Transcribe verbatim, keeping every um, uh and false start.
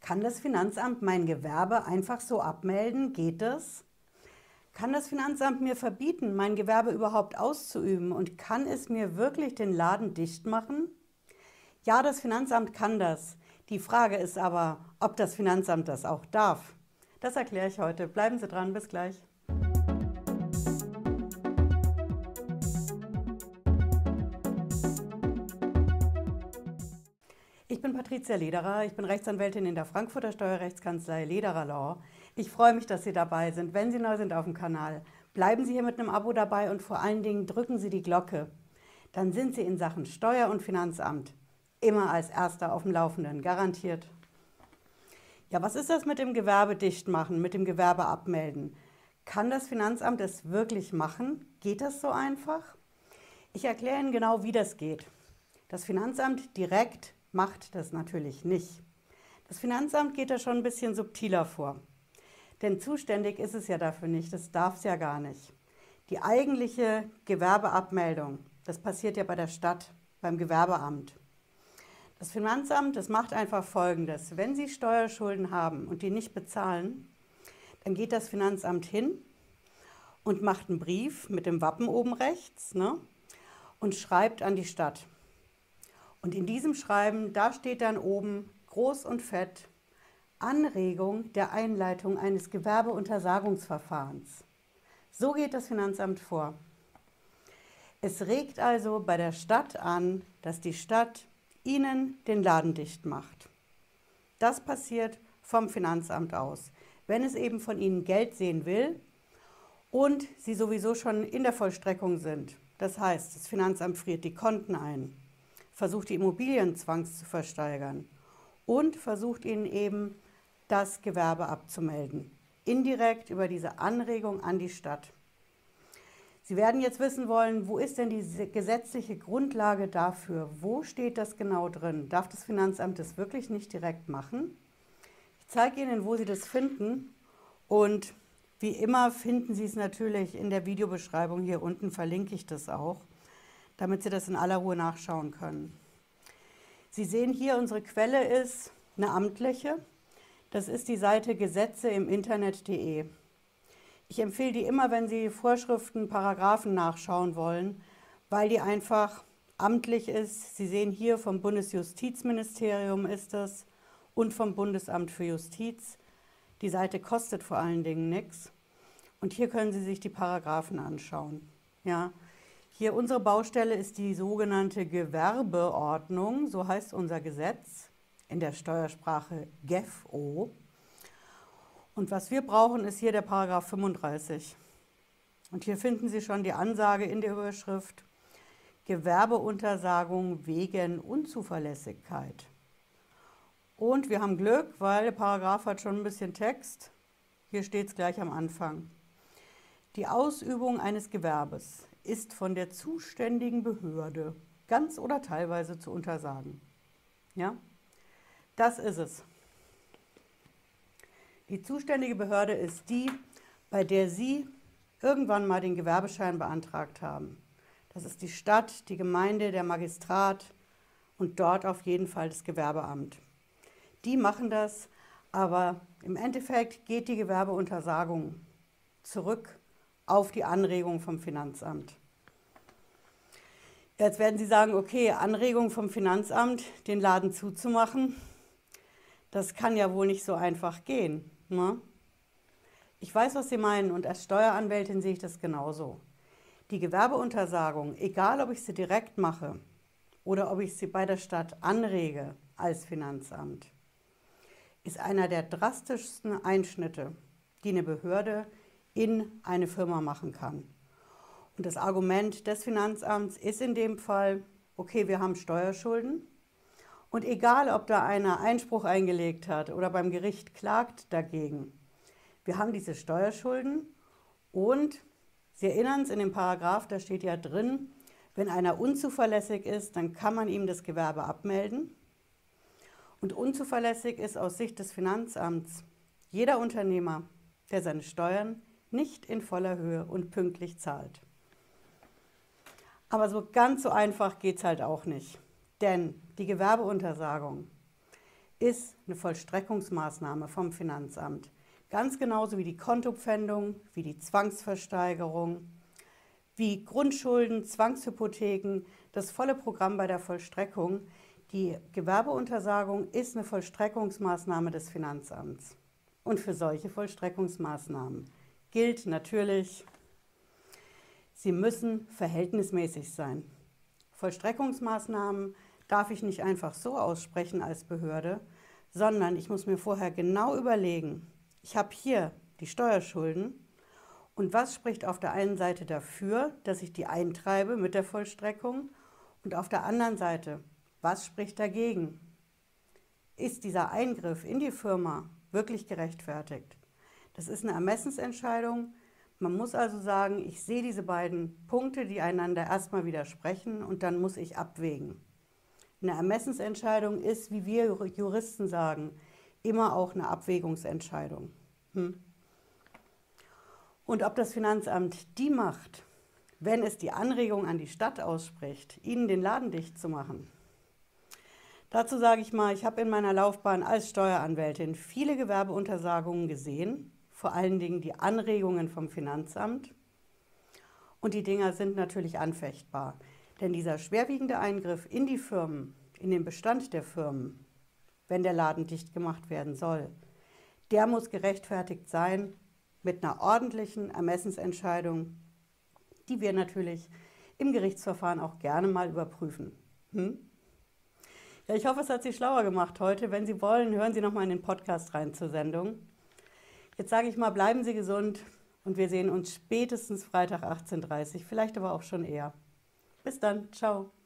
Kann das Finanzamt mein Gewerbe einfach so abmelden? Geht das? Kann das Finanzamt mir verbieten, mein Gewerbe überhaupt auszuüben? Und kann es mir wirklich den Laden dicht machen? Ja, das Finanzamt kann das. Die Frage ist aber, ob das Finanzamt das auch darf. Das erkläre ich heute. Bleiben Sie dran, bis gleich. Ich bin Patricia Lederer, ich bin Rechtsanwältin in der Frankfurter Steuerrechtskanzlei Lederer Law. Ich freue mich, dass Sie dabei sind. Wenn Sie neu sind auf dem Kanal, bleiben Sie hier mit einem Abo dabei und vor allen Dingen drücken Sie die Glocke. Dann sind Sie in Sachen Steuer- und Finanzamt immer als Erster auf dem Laufenden, garantiert. Ja, was ist das mit dem Gewerbe dicht machen, mit dem Gewerbe abmelden? Kann das Finanzamt es wirklich machen? Geht das so einfach? Ich erkläre Ihnen genau, wie das geht. Das Finanzamt direkt macht das natürlich nicht. Das Finanzamt geht da schon ein bisschen subtiler vor. Denn zuständig ist es ja dafür nicht, das darf es ja gar nicht. Die eigentliche Gewerbeabmeldung, das passiert ja bei der Stadt, beim Gewerbeamt. Das Finanzamt, das macht einfach Folgendes. Wenn Sie Steuerschulden haben und die nicht bezahlen, dann geht das Finanzamt hin und macht einen Brief mit dem Wappen oben rechts, ne, und schreibt an die Stadt. Und in diesem Schreiben, da steht dann oben groß und fett Anregung der Einleitung eines Gewerbeuntersagungsverfahrens. So geht das Finanzamt vor. Es regt also bei der Stadt an, dass die Stadt Ihnen den Laden dicht macht. Das passiert vom Finanzamt aus, wenn es eben von Ihnen Geld sehen will und Sie sowieso schon in der Vollstreckung sind. Das heißt, das Finanzamt friert die Konten ein, versucht die Immobilien zwangs zu versteigern und versucht Ihnen eben das Gewerbe abzumelden. Indirekt über diese Anregung an die Stadt. Sie werden jetzt wissen wollen, wo ist denn die gesetzliche Grundlage dafür? Wo steht das genau drin? Darf das Finanzamt das wirklich nicht direkt machen? Ich zeige Ihnen, wo Sie das finden und wie immer finden Sie es natürlich in der Videobeschreibung. Hier unten verlinke ich das auch, damit Sie das in aller Ruhe nachschauen können. Sie sehen hier, unsere Quelle ist eine amtliche. Das ist die Seite Gesetze im Internet punkt de. Ich empfehle die immer, wenn Sie Vorschriften, Paragraphen nachschauen wollen, weil die einfach amtlich ist. Sie sehen hier, vom Bundesjustizministerium ist das und vom Bundesamt für Justiz. Die Seite kostet vor allen Dingen nichts. Und hier können Sie sich die Paragraphen anschauen. Ja. Hier unsere Baustelle ist die sogenannte Gewerbeordnung, so heißt unser Gesetz, in der Steuersprache G E F O. Und was wir brauchen, ist hier der Paragraph fünfunddreißig. Und hier finden Sie schon die Ansage in der Überschrift: Gewerbeuntersagung wegen Unzuverlässigkeit. Und wir haben Glück, weil der Paragraph hat schon ein bisschen Text. Hier steht es gleich am Anfang. Die Ausübung eines Gewerbes ist von der zuständigen Behörde ganz oder teilweise zu untersagen. Ja, das ist es. Die zuständige Behörde ist die, bei der Sie irgendwann mal den Gewerbeschein beantragt haben. Das ist die Stadt, die Gemeinde, der Magistrat und dort auf jeden Fall das Gewerbeamt. Die machen das, aber im Endeffekt geht die Gewerbeuntersagung zurück auf die Anregung vom Finanzamt. Jetzt werden Sie sagen, okay, Anregung vom Finanzamt, den Laden zuzumachen, das kann ja wohl nicht so einfach gehen, ne? Ich weiß, was Sie meinen, und als Steueranwältin sehe ich das genauso. Die Gewerbeuntersagung, egal ob ich sie direkt mache oder ob ich sie bei der Stadt anrege als Finanzamt, ist einer der drastischsten Einschnitte, die eine Behörde in eine Firma machen kann. Und das Argument des Finanzamts ist in dem Fall, okay, wir haben Steuerschulden und egal, ob da einer Einspruch eingelegt hat oder beim Gericht klagt dagegen, wir haben diese Steuerschulden und Sie erinnern es in dem Paragraph, da steht ja drin, wenn einer unzuverlässig ist, dann kann man ihm das Gewerbe abmelden. Und unzuverlässig ist aus Sicht des Finanzamts jeder Unternehmer, der seine Steuern nicht in voller Höhe und pünktlich zahlt. Aber so ganz so einfach geht es halt auch nicht. Denn die Gewerbeuntersagung ist eine Vollstreckungsmaßnahme vom Finanzamt. Ganz genauso wie die Kontopfändung, wie die Zwangsversteigerung, wie Grundschulden, Zwangshypotheken, das volle Programm bei der Vollstreckung. Die Gewerbeuntersagung ist eine Vollstreckungsmaßnahme des Finanzamts. Und für solche Vollstreckungsmaßnahmen gilt natürlich, sie müssen verhältnismäßig sein. Vollstreckungsmaßnahmen darf ich nicht einfach so aussprechen als Behörde, sondern ich muss mir vorher genau überlegen, ich habe hier die Steuerschulden und was spricht auf der einen Seite dafür, dass ich die eintreibe mit der Vollstreckung und auf der anderen Seite, was spricht dagegen? Ist dieser Eingriff in die Firma wirklich gerechtfertigt? Das ist eine Ermessensentscheidung. Man muss also sagen, ich sehe diese beiden Punkte, die einander erstmal widersprechen und dann muss ich abwägen. Eine Ermessensentscheidung ist, wie wir Juristen sagen, immer auch eine Abwägungsentscheidung. Hm. Und ob das Finanzamt die macht, wenn es die Anregung an die Stadt ausspricht, ihnen den Laden dicht zu machen. Dazu sage ich mal, ich habe in meiner Laufbahn als Steueranwältin viele Gewerbeuntersagungen gesehen, vor allen Dingen die Anregungen vom Finanzamt. Und die Dinger sind natürlich anfechtbar. Denn dieser schwerwiegende Eingriff in die Firmen, in den Bestand der Firmen, wenn der Laden dicht gemacht werden soll, der muss gerechtfertigt sein mit einer ordentlichen Ermessensentscheidung, die wir natürlich im Gerichtsverfahren auch gerne mal überprüfen. Hm? Ja, ich hoffe, es hat Sie schlauer gemacht heute. Wenn Sie wollen, hören Sie noch mal in den Podcast rein zur Sendung. Jetzt sage ich mal, bleiben Sie gesund und wir sehen uns spätestens Freitag achtzehn Uhr dreißig, vielleicht aber auch schon eher. Bis dann, ciao.